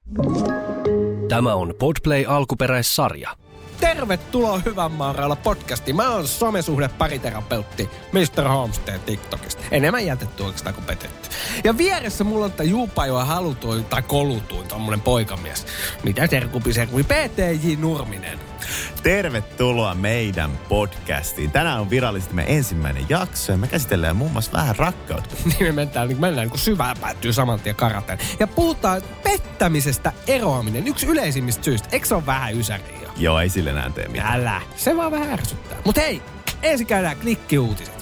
Tämä on Podplay alkuperäissarja. Tervetuloa Hyvän maan rajalla podcastiin. Mä oon somesuhde-pariterapeutti Mr. Homestead TikTokista. Enemmän jätetty oikeastaan kuin petetty. Ja vieressä mulla on tää juupajoa halutuin tai kolutuin tommonen poikamies. Mitä serkupi PTJ Nurminen. Tervetuloa meidän podcastiin. Tänään on virallisesti meidän ensimmäinen jakso ja me käsitellään muun muassa vähän rakkautta. Niin me mennään niin kuin syvään päättyy saman tien karateen. Ja puhutaan pettämisestä eroaminen. Yksi yleisimmistä syistä. Eikö se ole vähän ysäriä? Joo, ei sille enää tee mitään. Älä. Se vaan vähän ärsyttää. Mut hei, ensin käydään klikkiuutiset.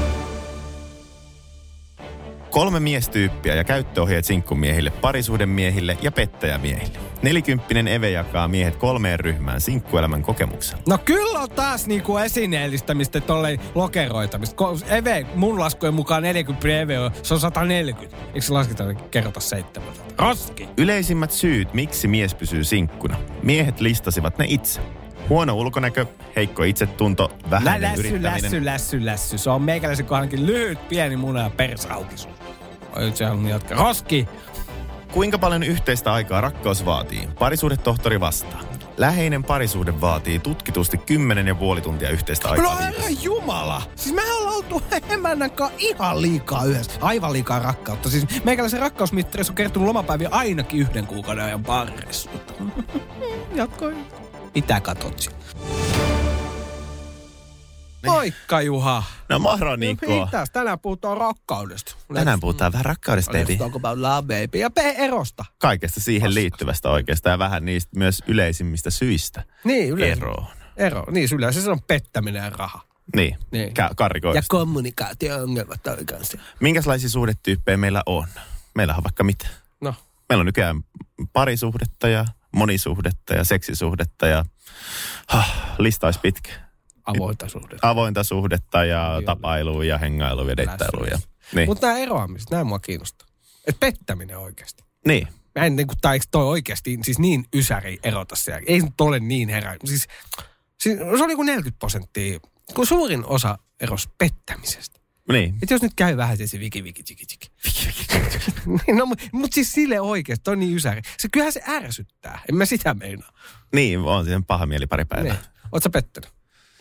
3 miestyyppiä ja käyttöohjeet sinkkumiehille, parisuhdemiehille ja pettäjämiehille. 40 Eve jakaa miehet 3 ryhmään sinkkuelämän kokemuksella. No kyllä on taas niinku esineellistämistä tolleen lokeroitamista. Eve, mun laskujen mukaan 40 Eve on, se on 140. Eikö se lasketa kerrota 7? Roski! Yleisimmät syyt, miksi mies pysyy sinkkuna. Miehet listasivat ne itse. Huono ulkonäkö, heikko itsetunto, vähäinen yrittäminen. Lässy. Se on meikäläisen kohdankin lyhyt, pieni muna ja persaukisuus. Oi, se halunnut jatkaa. Roski! Kuinka paljon yhteistä aikaa rakkaus vaatii? Parisuhdetohtori vastaa. Läheinen parisuhde vaatii tutkitusti 10,5 tuntia yhteistä aikaa. No herra jumala! Siis mehän ollaan oltu emännänkaan ihan liikaa yhdessä. Aivan liikaa rakkautta. Siis meikäläisen rakkausmittarissa on kertonut lomapäiviä ainakin 1 kuukauden ajan parissa. Jatkoin. Mitä katot siellä? Moikka Juha. No moro Niko. Mitäs? Tänään puhutaan rakkaudesta. Tänään puhutaan vähän rakkaudesta, baby. Talk about love, baby. Ja erosta. Kaikesta siihen liittyvästä oikeastaan ja vähän niistä myös yleisimmistä syistä. Niin, eroon. Ero. Niin, yleensä se on pettäminen ja raha. Niin. Karrikoista. Ja kommunikaatio-ongelmat oikeasti. Minkälaisia suhdetyyppejä meillä on? Meillä on vaikka mitä. No. Meillä on nykyään parisuhdetta ja monisuhdetta ja seksisuhdetta ja lista olisi pitkä. Avointa suhdetta ja tapailua ja hengailua ja deittailua. Niin. Mutta nämä eroamiset, nämä mua kiinnostaa. Että pettäminen oikeasti. Niin. Mä en tai eikö toi oikeasti siis niin ysäri erota siellä. Ei nyt ole niin herä. Siis se oli kuin 40%, kun suurin osa erosi pettämisestä. Niin. Että jos nyt käy vähän se viki. No, mutta siis sille oikeasti, toi on niin ysäri. Kyllähän se ärsyttää. En mä sitä meinaa. Niin, on siihen paha mieli pari päivää. Niin. Oot sä pettänyt?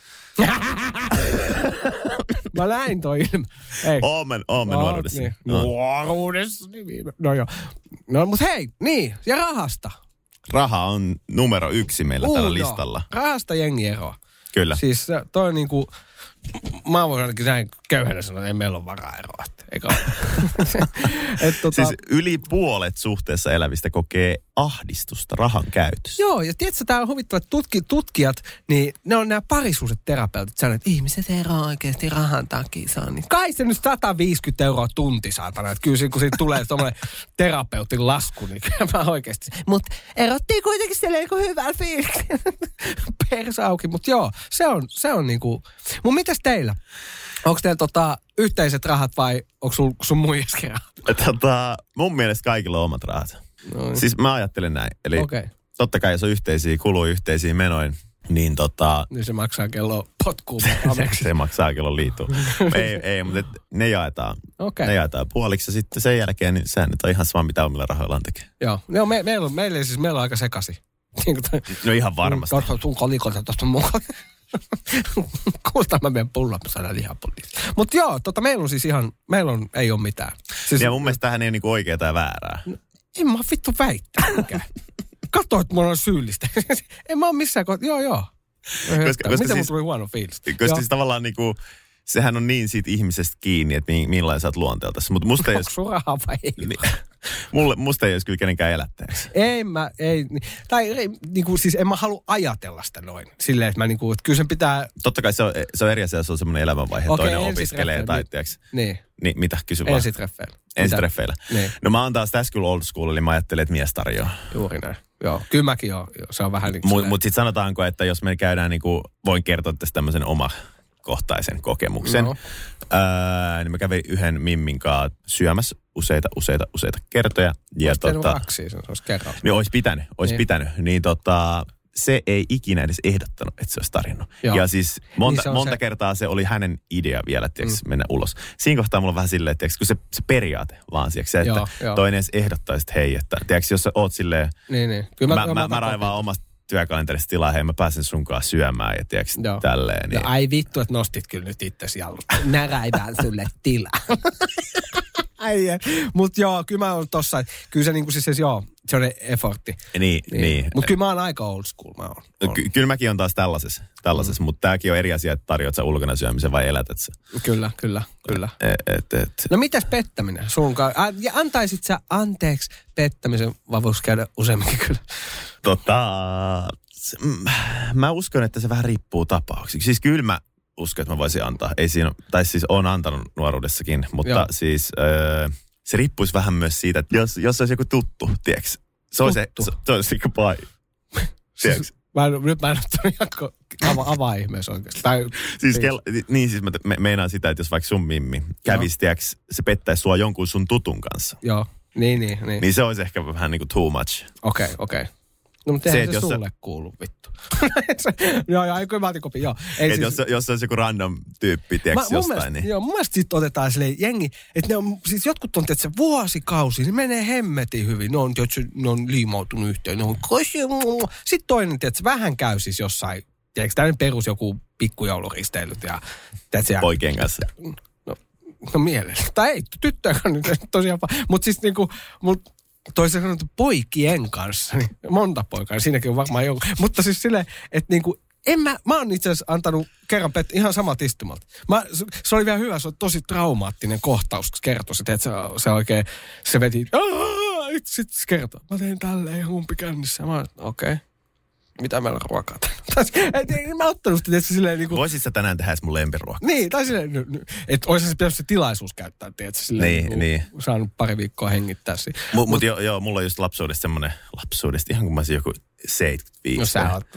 Mä näin toi ilme. Oon mä nuoruudessa. Niin. Nuoruudessa. No joo. No mut hei, niin. Ja rahasta. Raha on numero 1 meillä tällä listalla. Rahasta jengi eroa. Kyllä. Siis toi niinku, mä voin ainakin näin köyhänä sanoa, että ei meillä ole varaa eroa. Eikä ole. Siis yli puolet suhteessa elävistä kokee ahdistusta rahan käytössä. Joo, ja tiedätkö, tää on huvittava, että tutkijat, niin ne on nämä parisuhdeterapeutit sanoo, että ihmiset eroaa oikeasti rahan takia. Niin kai se nyt 150 € tunti, saatana. Että kyllä kun siitä tulee tommoinen terapeutin lasku, niin mä oikeasti. Mutta erottiin kuitenkin silleen niin hyvällä fiiliksi. Persa auki, mutta joo, se on niinku. Mun mitäs teillä? Onko teillä yhteiset rahat vai onko sun muijaskin rahat? Mun mielestä kaikilla on omat rahat. Noin. Siis mä ajattelen näin. Eli totta kai jos on yhteisiä kuluja, yhteisiä menoja, niin niin se maksaa kello potkuun. se maksaa kello liituu. ei, mutta ne jaetaan. Okay. Ne jaetaan puoliksi ja sitten sen jälkeen, niin sehän nyt on ihan sama, mitä omilla rahoillaan tekee. Joo, meillä on aika sekasi. No ihan varmasti. Tuossa sun kolikota, tuossa on mukaan. Kuulostaa mä menen pullon, mä saadaan lihapullista. Mutta joo, meillä on siis ihan, ei ole mitään. Siis, ja mun mielestä tähän ei ole niinku oikeaa tai väärää. No, en mä vittu väittää. Katso, että mulla on syyllistä. En mä ole missään joo. Koska miten siis, mun tuli huono fiilis? Koska siis tavallaan niinku, sehän on niin siitä ihmisestä kiinni, että millainen sä oot luonteeltasi. Mutta musta ei onko sun rahaa vai ei? Musta ei olisi kyllä kenenkään elättäjäksi. Siis en mä halua ajatella sitä noin. Silleen, että että kyllä sen pitää. Totta kai se on eri asia, se on semmoinen elämänvaihe, toinen opiskelee tai tiiäks. Niin. Niin, mitä kysy vaan? Ensitreffeillä. Niin. No mä oon taas tässä kyllä old school, eli mä ajattelen, että mies tarjoaa. Juuri näin. Joo, kyllä mäkin joo. Se on vähän niin kuin Mutta sitten sanotaanko, että jos me käydään voin kertoa tästä tämmöisen omakohtaisen kokemuksen. No. Niin mä kävin yhden mimmin kanssa syömässä useita kertoja. Olisi tehnyt 2, se olisi kerran. Niin olisi pitänyt. Niin se ei ikinä edes ehdottanut, että se olisi tarjonnut. Joo. Ja siis monta kertaa se oli hänen idea vielä, mennä ulos. Siinä kohtaa mulla on vähän silleen, kun se periaate vaan se, että toinen edes ehdottaisi, että hei, että jos sä oot silleen, kyllä mä raivaan omasta työkalenterista tilaa, hei mä pääsen sunkaan syömään ja tälleen. Niin. Ja ai vittu, että nostit kyllä nyt itsesi jallusta. Mä raivaan sulle tilaa. Mutta joo, kyllä mä oon tossa, kyllä se niinku siis joo, se on effortti. Niin. Mutta kyllä mä oon aika old school, mä oon. Kyllä mäkin on taas tällaisessa, mutta tääkin on eri asia, että tarjoat sä ulkona syömisen vai elätät sä. Kyllä. No mitäs pettäminen sunkaan? Ja antaisit sä anteeksi pettämisen, vai vois käydä useamminkin kyllä? Mä uskon, että se vähän riippuu tapauksiksi. Siis kyllä mä uskon, että mä voisin antaa. Ei siinä, tai siis on antanut nuoruudessakin, mutta siis se riippuisi vähän myös siitä, että jos olisi joku tuttu, tiedätkö? Se olisi joku pai. Tiedätkö? Nyt mä en ottanut avaa ihmeessä oikeasti. Siis mä meinaan sitä, että jos vaikka sun mimmi kävisi, tiedätkö, se pettäisi sua jonkun sun tutun kanssa. Joo, niin. Niin se olisi ehkä vähän niin kuin too much. Okei. No, mutta eihän se sulle kuulu, vittu. Joo, kyllä mä otin kopin, joo. Jos se olisi joku random tyyppi, tiedätkö jostain, niin. Joo, mun mielestä sit otetaan silleen jengi, että ne on, siis jotkut on, että se vuosikausi, ne menee hemmetin hyvin, ne on liimautunut yhteen, ne on sitten toinen, että vähän käy siis jossain, tiedätkö, tämmöinen perus joku pikkujouluristeilyt ja poikien kanssa. No mielellä. Tai ei, tyttöjä nyt tosiaan, mutta siis niinku, toisin sanoen poikien kanssa, niin monta poikaa, niin siinäkin on varmaan joku. Mutta siis silleen, että niinku, mä oon itse asiassa antanut kerran ihan samalta istumalta. Se oli vielä hyvä, se oli tosi traumaattinen kohtaus, kun kertoi sitä, että se oikein, se veti, sitten se kertoi, mä tein tälleen ja humpi kännissä. Mä okei. Mitä meillä on ruokaa tänne? Mä ottanut sitä, että silleen niinku. Voisit sä tänään tehdä mun lempiruokaa? Niin, tai silleen, että olisi se pitänyt se tilaisuus käyttää, että silleen niin. Saanut pari viikkoa hengittää siinä. Mutta joo, mulla on just lapsuudesta semmoinen, ihan kun mä olisin joku 75. No sä oot,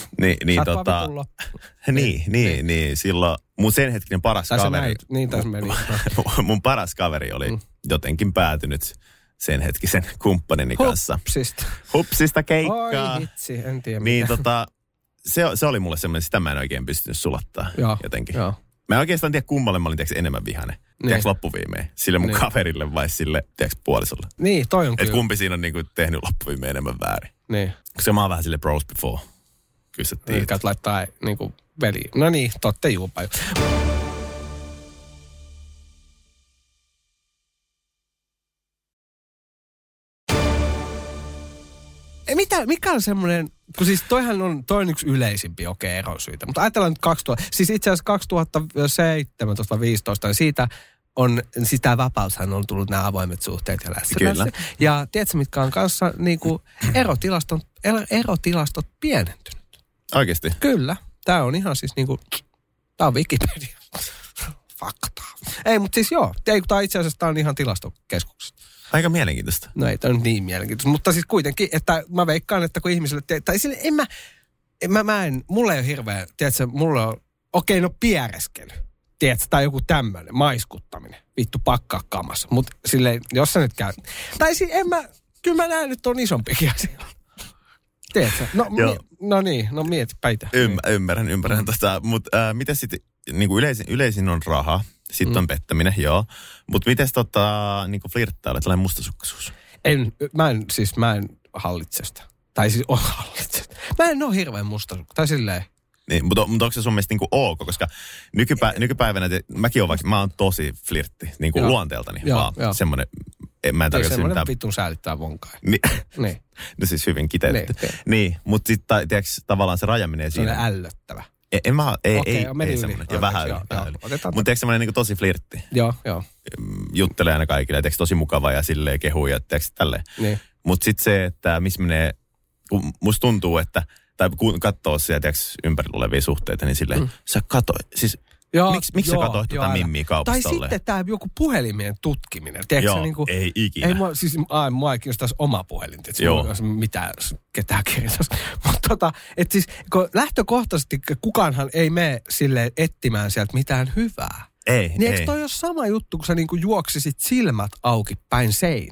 niin, silloin mun sen hetkinen paras kaveri. Tässä meni. Mun paras kaveri oli jotenkin päätynyt sen hetkisen kumppanini kanssa. Hupsista keikkaa. Oi vitsi, en tiedä niin se oli mulle semmoinen, sitä mä en oikein pystynyt sulattaa jotenkin. Joo. Mä en oikeastaan tiedä kummalle mä olin enemmän vihane. Tiedätkö loppuviimeen? Sille mun kaverille vai sille, tiedätkö puolisolle? Niin, toi on kyllä. Että kumpi siinä on niinku tehnyt loppuviimeen enemmän väärin. Niin. Koska mä oon vähän sille bros before. Kyllä sä tiedät. Käyt laittaa niinku veli. No niin, totte juupa. Mikä on semmoinen, kun siis toihan on yksi yleisimpi erosyitä, mutta ajatellaan nyt 2000, siis itse asiassa 2017 vai 2015, niin siitä on, siis tämä vapaushan on tullut nämä avoimet suhteet ja läsnä. Ja tiedätkö, mitkä on kanssa niinku erotilastot pienentynyt? Oikeasti? Kyllä. Tämä on ihan siis niinku, tämä on Wikipedia. Faktaa. Ei, mutta siis joo, tämä itse asiassa on ihan tilastokeskuksesta. Aika mielenkiintoista. No ei tämä on niin mielenkiintoista, mutta siis kuitenkin, että mä veikkaan, että kun ihmisille, tai sille mulla ei ole hirveä, tiedätkö, mulla on, no piereskely, tiedätkö, tai joku tämmöinen, maiskuttaminen, vittu pakkaa kamassa, mutta silleen, jos sä nyt käy, tai siis kyllä mä näen nyt on isompikin asia. Tiedätkö, no mietipä itse. Ymmärrän mutta miten sitten, niin kuin yleisin on raha. Sitten on pettäminen, joo. Mutta miten niinku flirttailla, tällainen mustasukkaisuus? Mä en hallitse sitä. Tai siis hallitse sitä. Mä en ole hirveän mustasukkainen. Tai silleen. Niin, mutta onko se sun mielestä niinku ok? Koska nykypäivänä, mäkin olen mä oon tosi flirtti, niinku luonteeltani. Vaan semmoinen, mä en tarkoita semmoinen vitun säälittää vonkaa. Niin. No siis hyvin kiteytetty. Niin, mutta sitten tavallaan se raja menee siinä. Se on ällöttävä. Ei semmoinen. Ja vähän yli. Mutta tiedätkö semmoinen niin tosi flirtti? Joo. Juttelee aina kaikille. Tiedätkö tosi mukava ja silleen kehuu ja tiedätkö tälleen. Niin. Mutta sitten se, että missä menee, musta tuntuu, että, tai kun katsoo siellä tiedätkö ympärillä olevia suhteita, niin silleen, sä katsoit, siis miksi sä katsoit tätä mimmiä kaupasta tai sitten tämä joku puhelimien tutkiminen. Tiedätkö, joo, niinku, ei ikinä. Ei mua ei kiinnostaisi oma puhelin. Tietysti, mitään ketään kirjoitaisi. Mutta että siis lähtökohtaisesti kukaanhan ei mene silleen etsimään sieltä mitään hyvää. Ei, niin eikö toi ole sama juttu, kun sä niinku juoksisit silmät auki päin seinää?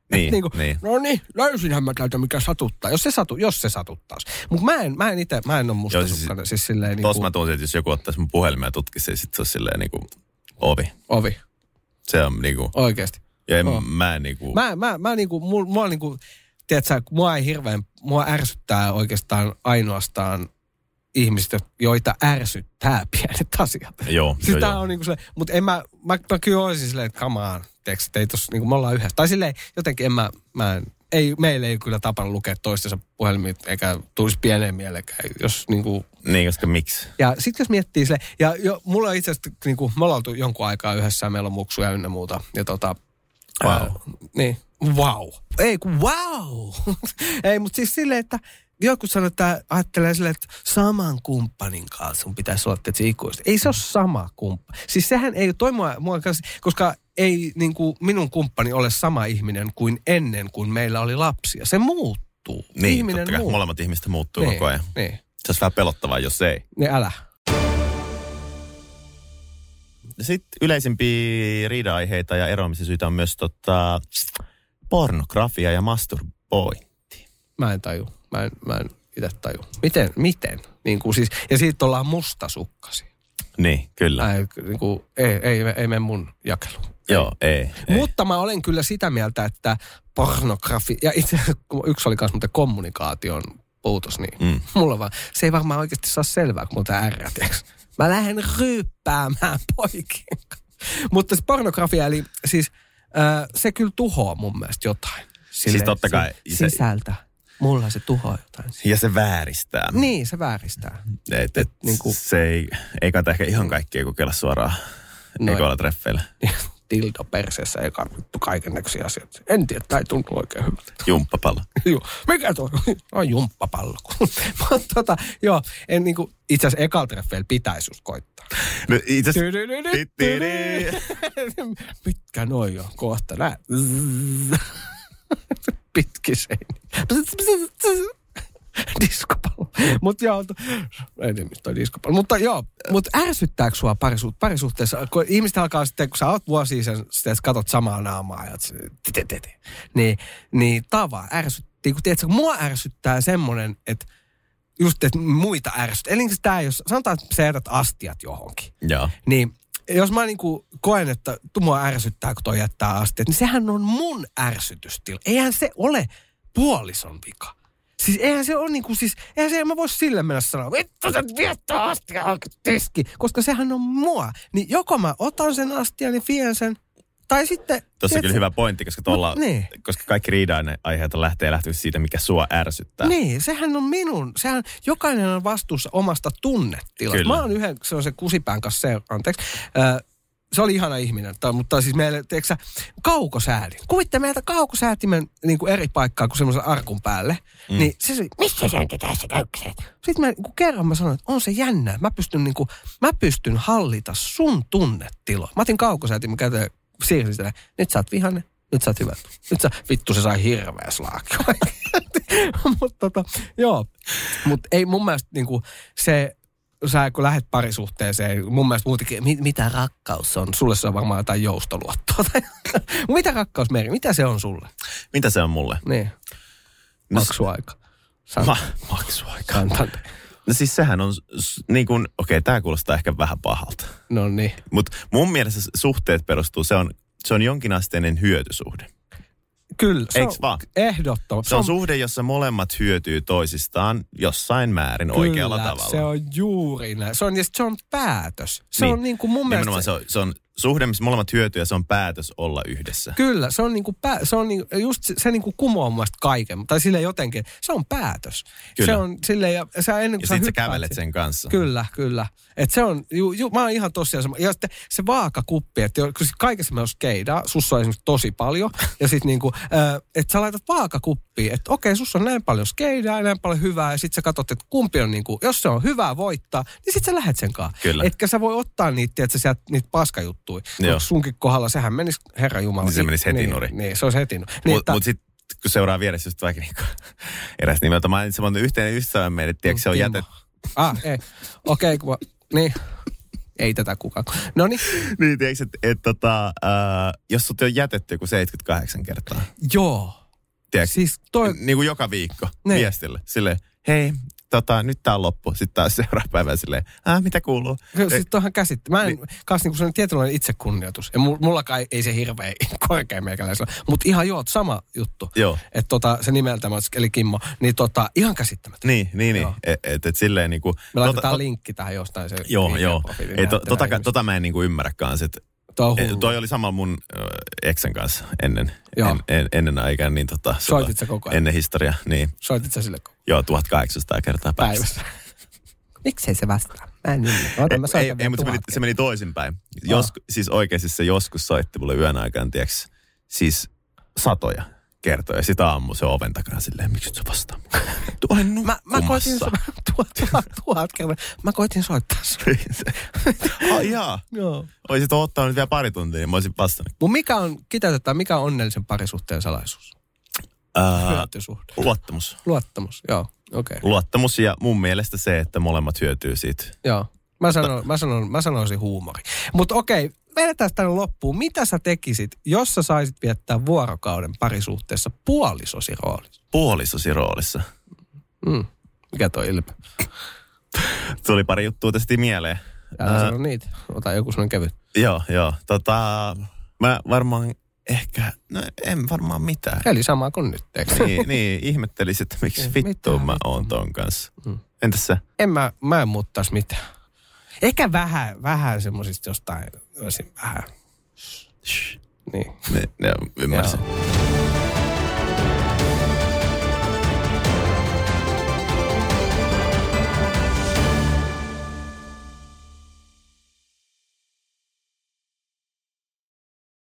Niin, niin. No niin, löysinhän mä täältä mikä satuttaa, jos se satuttaa. Mutta mä en ole mustasukkainen. Siis silleen niinku... Tuossa mä tunsin, että jos joku ottaisi mun puhelimen ja tutkisi, niin sit se olisi silleen niinku ovi. Se on niinku... Oikeesti. Ja mä en niinku... Mä niinku, mua niinku, tiedätkö, mua ärsyttää oikeastaan ainoastaan ihmiset, joita ärsyttää pienet asiat. Joo, siis tää on niinku se, mutta mä kyllä olisin silleen, että come on, teekö, ei tossa, niinku me ollaan yhdessä. Tai silleen, jotenkin meillä ei kyllä tapana lukea toistensa puhelimia, eikä tulisi pieneen mielekään, jos niinku... Niin, koska miksi? Ja sit jos miettii silleen, ja mulla on itse asiassa, niinku, me ollaan oltu jonkun aikaa yhdessä, ja meillä on muksuja ynnä muuta, ja Wow. Niin, wow. Ei kun wow. Ei, mutta siis silleen, että joku sanoo, että ajattelee silleen, että saman kumppanin kanssa sun pitäisi olla tietysti ikuisesti. Ei se ole sama kumppani. Siis sehän ei toi mua kanssa, koska ei niin kuin minun kumppani ole sama ihminen kuin ennen kuin meillä oli lapsia. Se muuttuu. Niin, ihminen totta kai. muuttuu. Molemmat ihmiset muuttuu koko ajan. Niin. Se olisi vähän pelottavaa, jos ei. Niin älä. Sitten yleisimpiä riida-aiheita ja eroamisen syitä on myös pornografia ja masturbointi. Mä en taju. Mä en itse taju. Miten? Niin kuin siis, ja siitä ollaan mustasukkasia. Niin, kyllä. Niin kuin, ei mene mun jakelu. Joo, ei. Mutta mä olen kyllä sitä mieltä, että pornografia, ja itse asiassa yksi oli myös muuten kommunikaation puutos, niin mulla vaan, se ei varmaan oikeasti saa selvää, kun mulla ärrät. Mä lähden ryyppäämään poikien. Mutta se pornografia, eli siis se kyllä tuhoaa mun mielestä jotain. Siis totta kai. Sisältä. Mulla se tuhoaa jotain. Ja se vääristää. Niin, se vääristää. Niin se ei kannata ehkä ihan kaikkea kokeilla suoraan ekoilla treffeillä. Dildo perseessä eikä vittu kaikennäköisiä asioita. En tiedä, tämä ei tunnu oikein hyvältä. Jumppapallo. Joo, mikä tuo? No jumppapallo. Mutta joo, en niinku, itse asiassa ekalla treffeillä pitäisi just koittaa. No itse asiassa... Mitkä noi on kohta nää? Pitkisein. Diskopallo. Mutta joo, ei tiedä mistä on diskopallo. Mutta joo, mutta ärsyttääkö sua parisuhteessa? Kun ihmiset alkaa sitten, kun sä oot vuosia sen, sitten katot samaa naamaa ja niin tava ärsyttää. Kun tiedätkö, mua ärsyttää semmoinen, että just, että muita ärsyttää. Eli tää, jos sanotaan, että sä jätät astiat johonkin. Joo. Niin jos mä niinku koen, että mua ärsyttää, kun toi jättää astiat, niin sehän on mun ärsytystila. Eihän se ole puolison vika. Siis eihän se ole niinku, eihän se, mä vois sille mennä sanoa, vittu sä viettää astia tiski, koska sehän on mua. Niin joko mä otan sen astian ja vien sen, tai sitten... Tuossa on kyllä hyvä pointti, koska koska kaikki riida-aiheet lähtee siitä, mikä sua ärsyttää. Niin, sehän on jokainen on vastuussa omasta tunnetilasta. Kyllä. Mä oon yhden sellaisen kusipään kanssa, se oli ihana ihminen, mutta siis meille, tiedätkö sä, kaukosäädin. Kuvitte meiltä kaukosäätimen niin kuin eri paikkaa kuin semmoisen arkun päälle. Niin se oli, missä sä nyt tässä kaukosäätin? Sitten niin kerran mä sanoin, että on se jännä. Mä pystyn hallita sun tunnetiloa. Mä otin kaukosäätimen käteen, siirsin sitä. Nyt sä oot vihainen, nyt sä oot hyvä. Nyt sä, vittu se sai hirveä slaaki. Mutta joo. Mutta ei mun mielestä niinku se... Sä kun lähdet parisuhteeseen, mun mielestä muutenkin, mitä rakkaus on? Sulle se on varmaan jotain joustoluottoa. Mitä rakkaus, Meri? Mitä se on sulle? Mitä se on mulle? Niin. Maksuaika. Maksuaika. No siis sehän on niin kuin, tää kuulostaa ehkä vähän pahalta. No niin. Mutta mun mielestä suhteet perustuu, se on jonkinasteinen hyötysuhde. Kyllä, se eiks on vaan? Ehdottomasti. Se on suhde, jossa molemmat hyötyy toisistaan jossain määrin oikealla tavalla. Se on juuri näin. Se on päätös. Se on niin kuin mun mielestä... Se on suhde, missä molemmat hyötyy ja se on päätös olla yhdessä. Kyllä, se on just se niin kuin kumoaa mun kaiken. Tai silleen jotenkin, se on päätös. Kyllä. Se on silleen, ja sä ennen kuin ja sit sä kävelet sen kanssa. Kyllä. Että se on, mä oon ihan tosiaan sama. Ja sitten se vaakakuppi, että kun kaikessa meillä on skeidaa, sussa on esimerkiksi tosi paljon. Ja sit niinku, että sä laitat vaakakuppiin, että okei, sussa on näin paljon skeidaa ja näin paljon hyvää. Ja sit sä katsot, että kumpi on niinku, jos se on hyvää voittaa, niin sit sä lähet sen kanssa. Kyllä. Etkä sä voi ottaa niitä, että sieltä niitä paskajuttuja. Sunkin kohdalla sehän menisi, Herra Jumala. Niin se menisi heti nurin. Niin, se olisi heti nurin. Mutta sitten kun seuraa vieressä just vaikka niinku eräs nimeltä mainitsemaan yhteinen ystävämme, että tiedätkö se on jätetty. Ei. Okei, niin. Ei tätä kukaan. Noniin. Niin, tiedätkö, että jos sut on jätetty joku 78 kertaa. Joo. Tiedätkö, siis niin kuin joka viikko viestille. Silleen, hei, nyt tää on loppu. Sitten taas seuraava päivä silleen, mitä kuuluu? Siis toihan käsittää. Mä en, kanssa niin sellainen tietynlainen itsekunnioitus. Ja mullakaan ei se hirveä korkea meikäläisellä. Mutta ihan sama juttu. Joo. Että se nimeltä, eli Kimmo, niin ihan käsittämättä. Niin. Että silleen niinku. Me laitetaan linkki tähän jostain. Joo. Ei, mä en niinku ymmärrä kanssa, että toi oli sama mun eksän kanssa ennen aikaa, niin soitit sä koko ajan? Ennen historiaa, niin. Soitit sä sille koko ajan? Joo, 1800 kertaa päivässä. Miksei se vastaa? Mä en ymmärrä. Ei, mutta se meni toisinpäin. Siis oikeasti se joskus soitti mulle yön aikaan, tiiäks, siis satoja kertoja. Sitä aamu se oven takana silleen, miksi sä vastaa? Olen nukkumassa. Tuhat kertaa. Mä koitin soittaa sulle. Jaa. Joo. Oisit ottanut vielä pari tuntia, niin mä olisin vastannut. Mikä on onnellisen parisuhteen salaisuus? Luottamus, joo. Okay. Luottamus ja mun mielestä se, että molemmat hyötyy siitä. Joo. Mä sanoisin huumori. Mutta okei, vedetään tänne loppuun. Mitä sä tekisit, jos sä saisit viettää vuorokauden parisuhteessa puolisosi roolissa? Puolisosi roolissa? Mikä toi ilme? Tuli pari juttua tästä mieleen. Älä sano niitä. Ota joku sellainen kevyt. Joo. Mä varmaan ehkä, en varmaan mitään. Eli sama kuin nyt, eikö? Niin, ihmettelisin, että miksi vittuun mä oon ton kanssa. Entäs sä? Mä en muuttais mitään. Ehkä vähän semmosista jostain, olisin vähän. Niin. Ne ymmärsin. Joo.